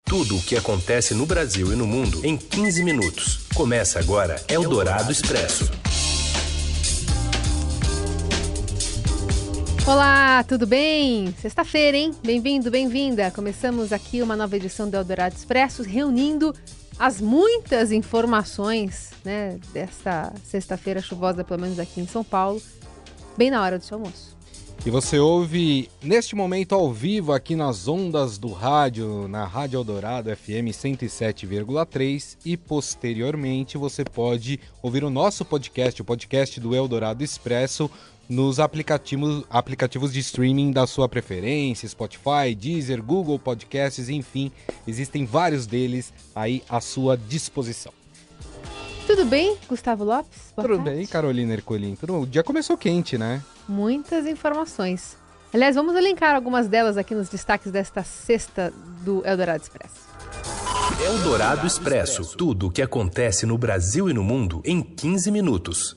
Tudo o que acontece no Brasil e no mundo em 15 minutos. Começa agora Eldorado Expresso. Olá, tudo bem? Sexta-feira, hein? Bem-vindo, bem-vinda. Começamos aqui uma nova edição do Eldorado Expresso, reunindo as muitas informações, né, desta sexta-feira chuvosa, pelo menos aqui em São Paulo, bem na hora do seu almoço. E você ouve neste momento ao vivo aqui nas ondas do rádio, na Rádio Eldorado FM 107,3 e posteriormente você pode ouvir o nosso podcast, o podcast do Eldorado Expresso, nos aplicativos de streaming da sua preferência, Spotify, Deezer, Google Podcasts, enfim, existem vários deles aí à sua disposição. Tudo bem, Gustavo Lopes? Boa tarde. Bem, Carolina Ercolim. O dia começou quente, né? Muitas informações. Aliás, vamos elencar algumas delas aqui nos destaques desta sexta do Eldorado Expresso. Eldorado Expresso. Tudo o que acontece no Brasil e no mundo em 15 minutos.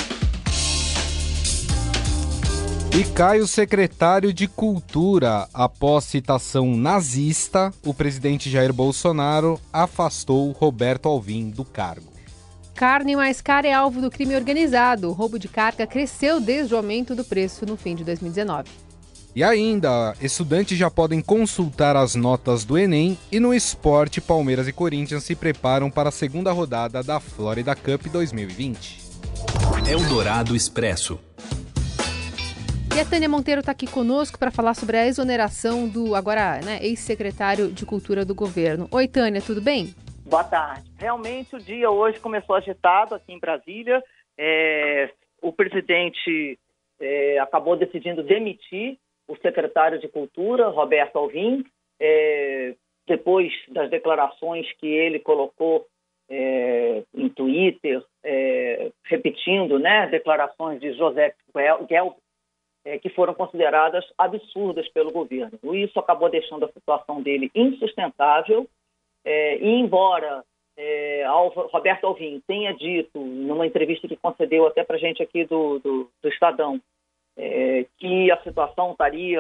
E cai o secretário de Cultura. Após citação nazista, o presidente Jair Bolsonaro afastou Roberto Alvim do cargo. Carne mais cara é alvo do crime organizado. O roubo de carga cresceu desde o aumento do preço no fim de 2019. E ainda, estudantes já podem consultar as notas do Enem e no esporte, Palmeiras e Corinthians se preparam para a segunda rodada da Florida Cup 2020. Eldorado Expresso. E a Tânia Monteiro está aqui conosco para falar sobre a exoneração do agora, ex-secretário de Cultura do governo. Oi, Tânia, tudo bem? Boa tarde. Realmente o dia hoje começou agitado aqui em Brasília. O presidente acabou decidindo demitir o secretário de Cultura, Roberto Alvim, depois das declarações que ele colocou em Twitter, repetindo, declarações de José Goebbels, que foram consideradas absurdas pelo governo. Isso acabou deixando a situação dele insustentável. E embora Roberto Alvim tenha dito, numa entrevista que concedeu até para a gente aqui do Estadão, que a situação estaria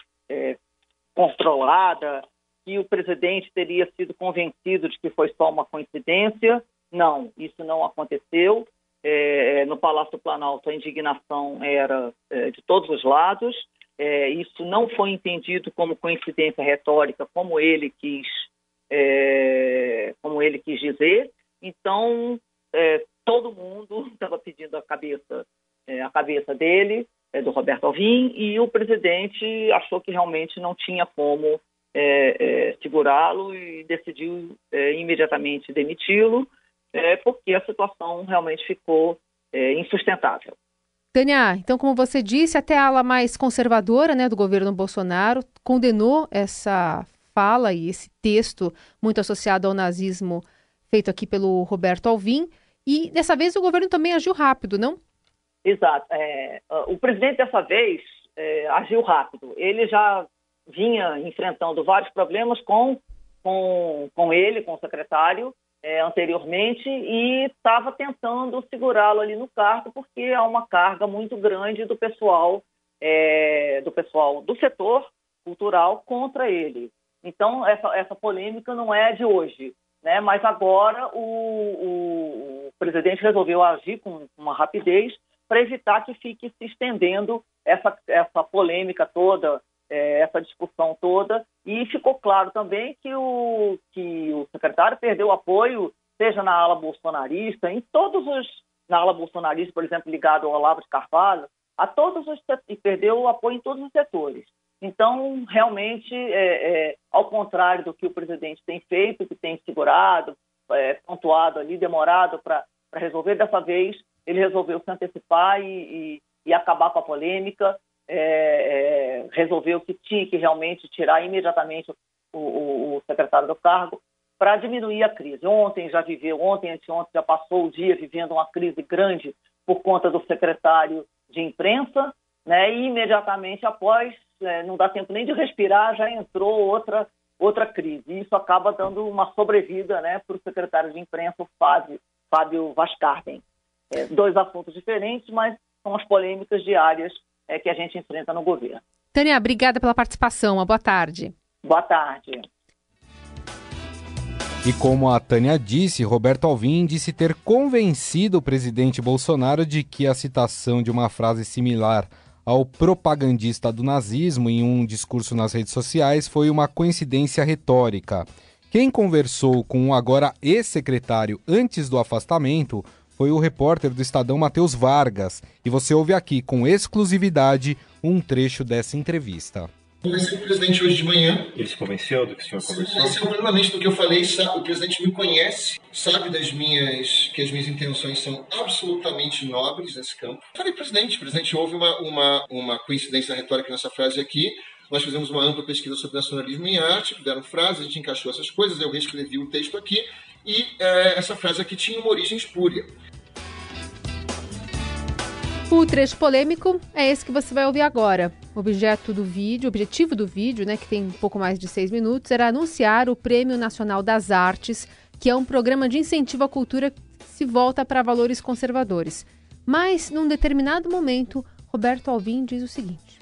controlada, que o presidente teria sido convencido de que foi só uma coincidência, não, isso não aconteceu. No Palácio Planalto a indignação era de todos os lados, isso não foi entendido como coincidência retórica, como ele quis dizer. Então, todo mundo estava pedindo a cabeça dele, do Roberto Alvim, e o presidente achou que realmente não tinha como segurá-lo e decidiu imediatamente demiti-lo, porque a situação realmente ficou insustentável. Tânia, então, como você disse, até a ala mais conservadora, do governo Bolsonaro condenou essa fala e esse texto muito associado ao nazismo feito aqui pelo Roberto Alvim, e dessa vez o governo também agiu rápido, não? Exato. O presidente dessa vez agiu rápido. Ele já vinha enfrentando vários problemas com ele, com o secretário, anteriormente, e estava tentando segurá-lo ali no cargo, porque há uma carga muito grande do pessoal do setor cultural contra ele. Então, essa polêmica não é de hoje, mas agora o presidente resolveu agir com uma rapidez para evitar que fique se estendendo essa polêmica toda, essa discussão toda, e ficou claro também que o secretário perdeu apoio, seja na ala bolsonarista, na ala bolsonarista, por exemplo, ligado ao Olavo de Carvalho, e perdeu o apoio em todos os setores. Então, realmente, ao contrário do que o presidente tem feito, que tem segurado, pontuado ali, demorado para resolver, dessa vez ele resolveu se antecipar e acabar com a polêmica, resolveu que tinha que realmente tirar imediatamente o secretário do cargo para diminuir a crise. Ontem, anteontem já passou o dia vivendo uma crise grande por conta do secretário de imprensa, e imediatamente após, não dá tempo nem de respirar, já entrou outra crise. E isso acaba dando uma sobrevida para o secretário de imprensa, o Fábio Vascarden. Dois assuntos diferentes, mas são as polêmicas diárias que a gente enfrenta no governo. Tânia, obrigada pela participação. Uma boa tarde. Boa tarde. E como a Tânia disse, Roberto Alvim disse ter convencido o presidente Bolsonaro de que a citação de uma frase similar ao propagandista do nazismo em um discurso nas redes sociais foi uma coincidência retórica. Quem conversou com o agora ex-secretário antes do afastamento foi o repórter do Estadão Matheus Vargas. E você ouve aqui com exclusividade um trecho dessa entrevista. Conversei com o presidente hoje de manhã. Ele se convenceu do que o senhor conversou? Se convenceu plenamente do que eu falei. O presidente me conhece, sabe que as minhas intenções são absolutamente nobres nesse campo. Falei, presidente, houve uma coincidência retórica nessa frase aqui. Nós fizemos uma ampla pesquisa sobre nacionalismo em arte, deram frases, a gente encaixou essas coisas, eu reescrevi o texto aqui, e essa frase aqui tinha uma origem espúria. O trecho polêmico é esse que você vai ouvir agora. O objetivo do vídeo, né, que tem um pouco mais de 6 minutos, era anunciar o Prêmio Nacional das Artes, que é um programa de incentivo à cultura que se volta para valores conservadores. Mas, num determinado momento, Roberto Alvim diz o seguinte.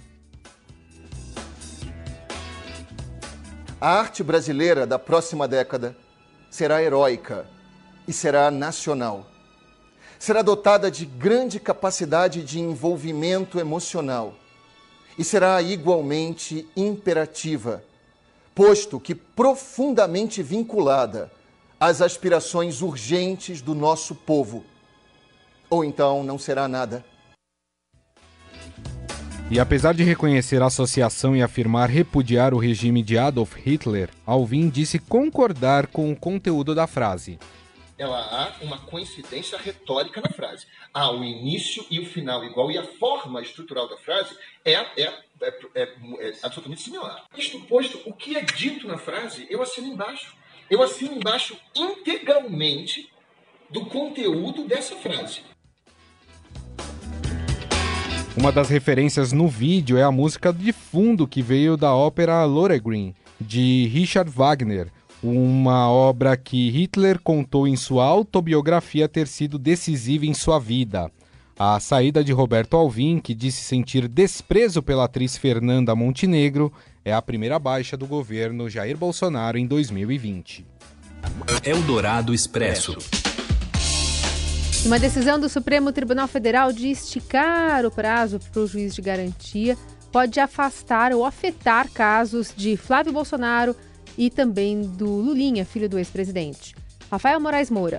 A arte brasileira da próxima década será heróica e será nacional. Será dotada de grande capacidade de envolvimento emocional e será igualmente imperativa, posto que profundamente vinculada às aspirações urgentes do nosso povo. Ou então não será nada. E apesar de reconhecer a associação e afirmar repudiar o regime de Adolf Hitler, Alvim disse concordar com o conteúdo da frase. Há uma coincidência retórica na frase. Há o início e o final igual, e a forma estrutural da frase é absolutamente similar. Isto posto, o que é dito na frase, eu assino embaixo. Eu assino embaixo integralmente do conteúdo dessa frase. Uma das referências no vídeo é a música de fundo que veio da ópera Lohengrin, de Richard Wagner, uma obra que Hitler contou em sua autobiografia ter sido decisiva em sua vida. A saída de Roberto Alvim, que disse sentir desprezo pela atriz Fernanda Montenegro, é a primeira baixa do governo Jair Bolsonaro em 2020. Eldorado Expresso. Uma decisão do Supremo Tribunal Federal de esticar o prazo para o juiz de garantia pode afastar ou afetar casos de Flávio Bolsonaro e também do Lulinha, filho do ex-presidente. Rafael Moraes Moura.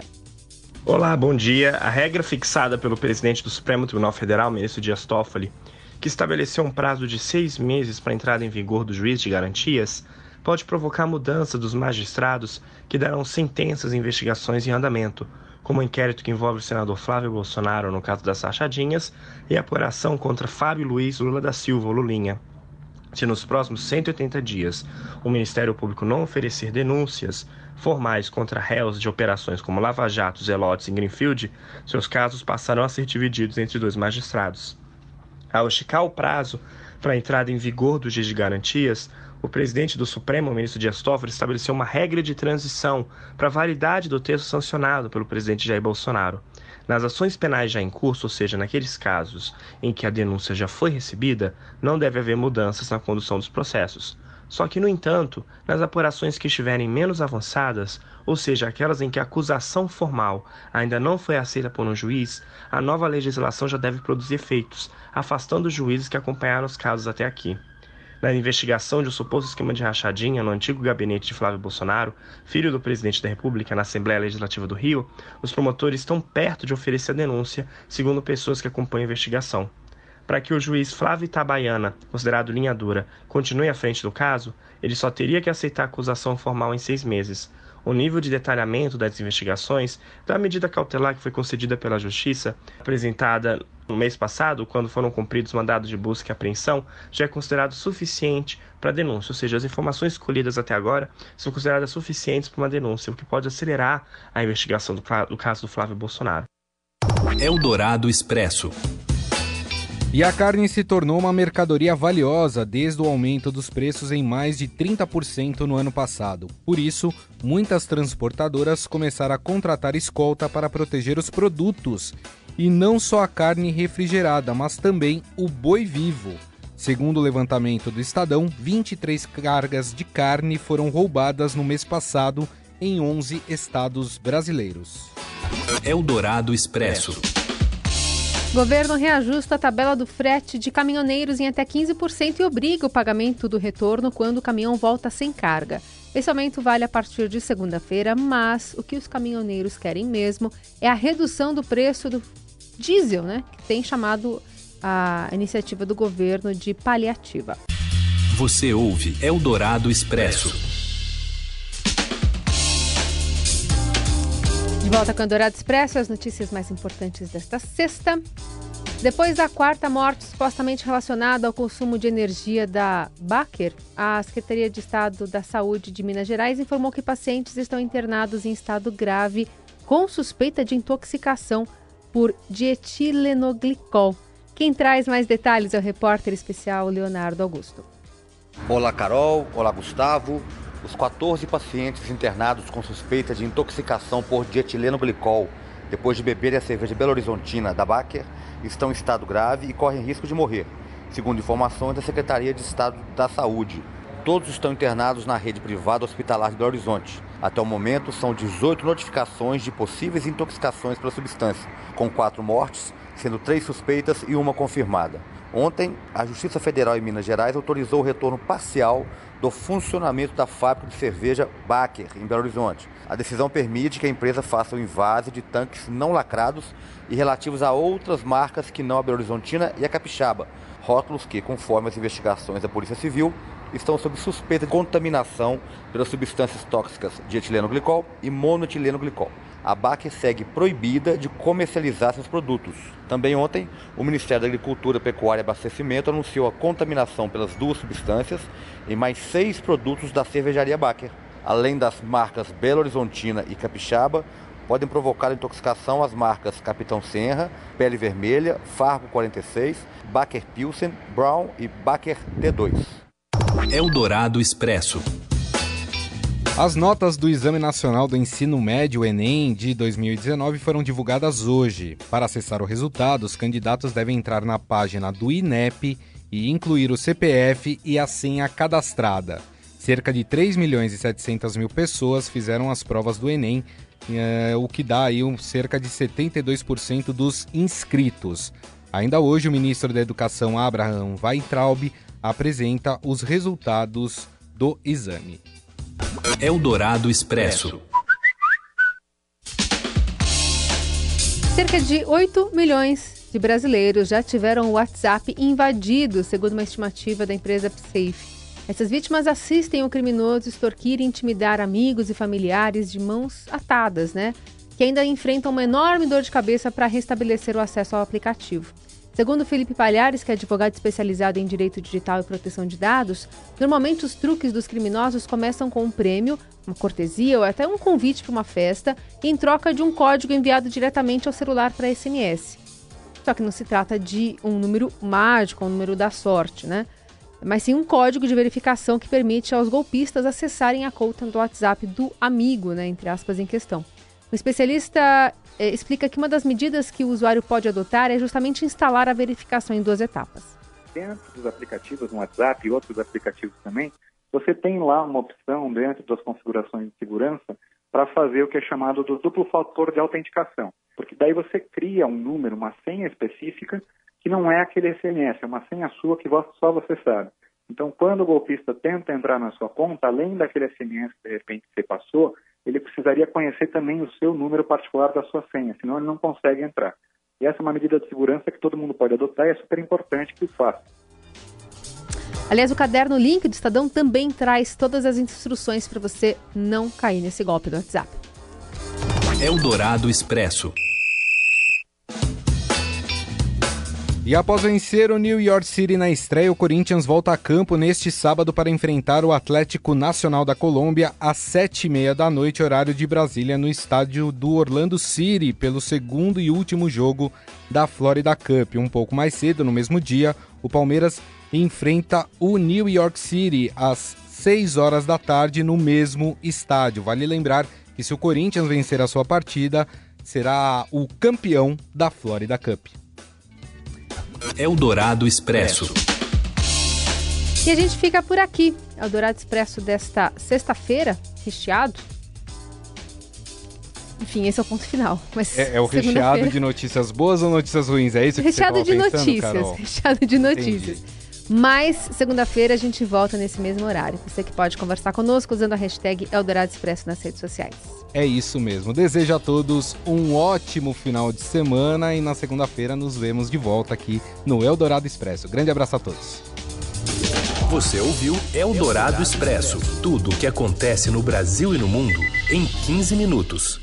Olá, bom dia. A regra fixada pelo presidente do Supremo Tribunal Federal, ministro Dias Toffoli, que estabeleceu um prazo de 6 meses para a entrada em vigor do juiz de garantias, pode provocar mudança dos magistrados que darão sentenças em investigações em andamento, como o inquérito que envolve o senador Flávio Bolsonaro no caso das rachadinhas e a apuração contra Fábio Luiz Lula da Silva, o Lulinha. Se nos próximos 180 dias o Ministério Público não oferecer denúncias formais contra réus de operações como Lava Jato, Zelotes e Greenfield, seus casos passarão a ser divididos entre 2 magistrados. Ao esticar o prazo para a entrada em vigor do juiz de garantias, o presidente do Supremo, o ministro Dias Toffoli, estabeleceu uma regra de transição para a validade do texto sancionado pelo presidente Jair Bolsonaro. Nas ações penais já em curso, ou seja, naqueles casos em que a denúncia já foi recebida, não deve haver mudanças na condução dos processos. Só que, no entanto, nas apurações que estiverem menos avançadas, ou seja, aquelas em que a acusação formal ainda não foi aceita por um juiz, a nova legislação já deve produzir efeitos, afastando os juízes que acompanharam os casos até aqui. Na investigação de um suposto esquema de rachadinha no antigo gabinete de Flávio Bolsonaro, filho do presidente da República, na Assembleia Legislativa do Rio, os promotores estão perto de oferecer a denúncia, segundo pessoas que acompanham a investigação. Para que o juiz Flávio Itabaiana, considerado linha dura, continue à frente do caso, ele só teria que aceitar a acusação formal em 6 meses. O nível de detalhamento das investigações da medida cautelar que foi concedida pela Justiça, apresentada no mês passado, quando foram cumpridos mandados de busca e apreensão, já é considerado suficiente para a denúncia, ou seja, as informações escolhidas até agora são consideradas suficientes para uma denúncia, o que pode acelerar a investigação do caso do Flávio Bolsonaro. Eldorado Expresso. E a carne se tornou uma mercadoria valiosa desde o aumento dos preços em mais de 30% no ano passado. Por isso, muitas transportadoras começaram a contratar escolta para proteger os produtos. E não só a carne refrigerada, mas também o boi vivo. Segundo o levantamento do Estadão, 23 cargas de carne foram roubadas no mês passado em 11 estados brasileiros. Eldorado Expresso. Governo reajusta a tabela do frete de caminhoneiros em até 15% e obriga o pagamento do retorno quando o caminhão volta sem carga. Esse aumento vale a partir de segunda-feira, mas o que os caminhoneiros querem mesmo é a redução do preço do diesel, né? Que tem chamado a iniciativa do governo de paliativa. Você ouve Eldorado Expresso. De volta com o Eldorado Expresso, as notícias mais importantes desta sexta. Depois da quarta morte supostamente relacionada ao consumo de energia da Baker, a Secretaria de Estado da Saúde de Minas Gerais informou que pacientes estão internados em estado grave com suspeita de intoxicação por dietilenoglicol. Quem traz mais detalhes é o repórter especial Leonardo Augusto. Olá, Carol. Olá, Gustavo. Os 14 pacientes internados com suspeita de intoxicação por dietilenoglicol depois de beberem a cerveja Belo Horizontina da Baker estão em estado grave e correm risco de morrer, segundo informações da Secretaria de Estado da Saúde. Todos estão internados na rede privada hospitalar de Belo Horizonte. Até o momento, são 18 notificações de possíveis intoxicações pela substância, com 4 mortes, sendo 3 suspeitas e 1 confirmada. Ontem, a Justiça Federal em Minas Gerais autorizou o retorno parcial do funcionamento da fábrica de cerveja Baker, em Belo Horizonte. A decisão permite que a empresa faça o invase de tanques não lacrados e relativos a outras marcas que não a Belo Horizontina e a Capixaba, rótulos que, conforme as investigações da Polícia Civil, estão sob suspeita de contaminação pelas substâncias tóxicas dietilenoglicol e monoetilenoglicol. A Baker segue proibida de comercializar seus produtos. Também ontem, o Ministério da Agricultura, Pecuária e Abastecimento anunciou a contaminação pelas 2 substâncias em mais 6 produtos da cervejaria Baker. Além das marcas Belo Horizontina e Capixaba, podem provocar intoxicação as marcas Capitão Senra, Pele Vermelha, Fargo 46, Baker Pilsen, Brown e Baker T2. Eldorado Expresso. As notas do Exame Nacional do Ensino Médio, Enem, de 2019 foram divulgadas hoje. Para acessar o resultado, os candidatos devem entrar na página do INEP e incluir o CPF e a senha cadastrada. Cerca de 3.700.000 pessoas fizeram as provas do Enem, o que dá aí cerca de 72% dos inscritos. Ainda hoje, o ministro da Educação, Abraham Weintraub, apresenta os resultados do exame. Eldorado Expresso. Cerca de 8 milhões de brasileiros já tiveram o WhatsApp invadido, segundo uma estimativa da empresa Psafe. Essas vítimas assistem o criminoso extorquir e intimidar amigos e familiares de mãos atadas, que ainda enfrentam uma enorme dor de cabeça para restabelecer o acesso ao aplicativo. Segundo Felipe Palhares, que é advogado especializado em direito digital e proteção de dados, normalmente os truques dos criminosos começam com um prêmio, uma cortesia ou até um convite para uma festa, em troca de um código enviado diretamente ao celular para SMS. Só que não se trata de um número mágico, um número da sorte, mas sim um código de verificação que permite aos golpistas acessarem a conta do WhatsApp do amigo, entre aspas, em questão. O especialista explica que uma das medidas que o usuário pode adotar é justamente instalar a verificação em 2 etapas. Dentro dos aplicativos no WhatsApp e outros aplicativos também, você tem lá uma opção dentro das configurações de segurança para fazer o que é chamado do duplo fator de autenticação. Porque daí você cria um número, uma senha específica, que não é aquele SMS, é uma senha sua que só você sabe. Então, quando o golpista tenta entrar na sua conta, além daquele SMS que de repente você passou, ele precisaria conhecer também o seu número particular da sua senha, senão ele não consegue entrar. E essa é uma medida de segurança que todo mundo pode adotar e é super importante que o faça. Aliás, o caderno Link do Estadão também traz todas as instruções para você não cair nesse golpe do WhatsApp. Eldorado Expresso. E após vencer o New York City na estreia, o Corinthians volta a campo neste sábado para enfrentar o Atlético Nacional da Colômbia às 7h30 da noite, horário de Brasília, no estádio do Orlando City, pelo segundo e último jogo da Florida Cup. Um pouco mais cedo, no mesmo dia, o Palmeiras enfrenta o New York City às 6 horas da tarde no mesmo estádio. Vale lembrar que se o Corinthians vencer a sua partida, será o campeão da Florida Cup. Eldorado Expresso. E a gente fica por aqui. Eldorado Expresso desta sexta-feira, recheado. Enfim, esse é o ponto final. Mas É o recheado de notícias boas ou notícias ruins? É isso que recheado você estava pensando, notícias, Carol? recheado de notícias. Entendi. Mas segunda-feira a gente volta nesse mesmo horário. Você que pode conversar conosco usando a hashtag Eldorado Expresso nas redes sociais. É isso mesmo. Desejo a todos um ótimo final de semana e na segunda-feira nos vemos de volta aqui no Eldorado Expresso. Grande abraço a todos. Você ouviu Eldorado Expresso. Tudo o que acontece no Brasil e no mundo em 15 minutos.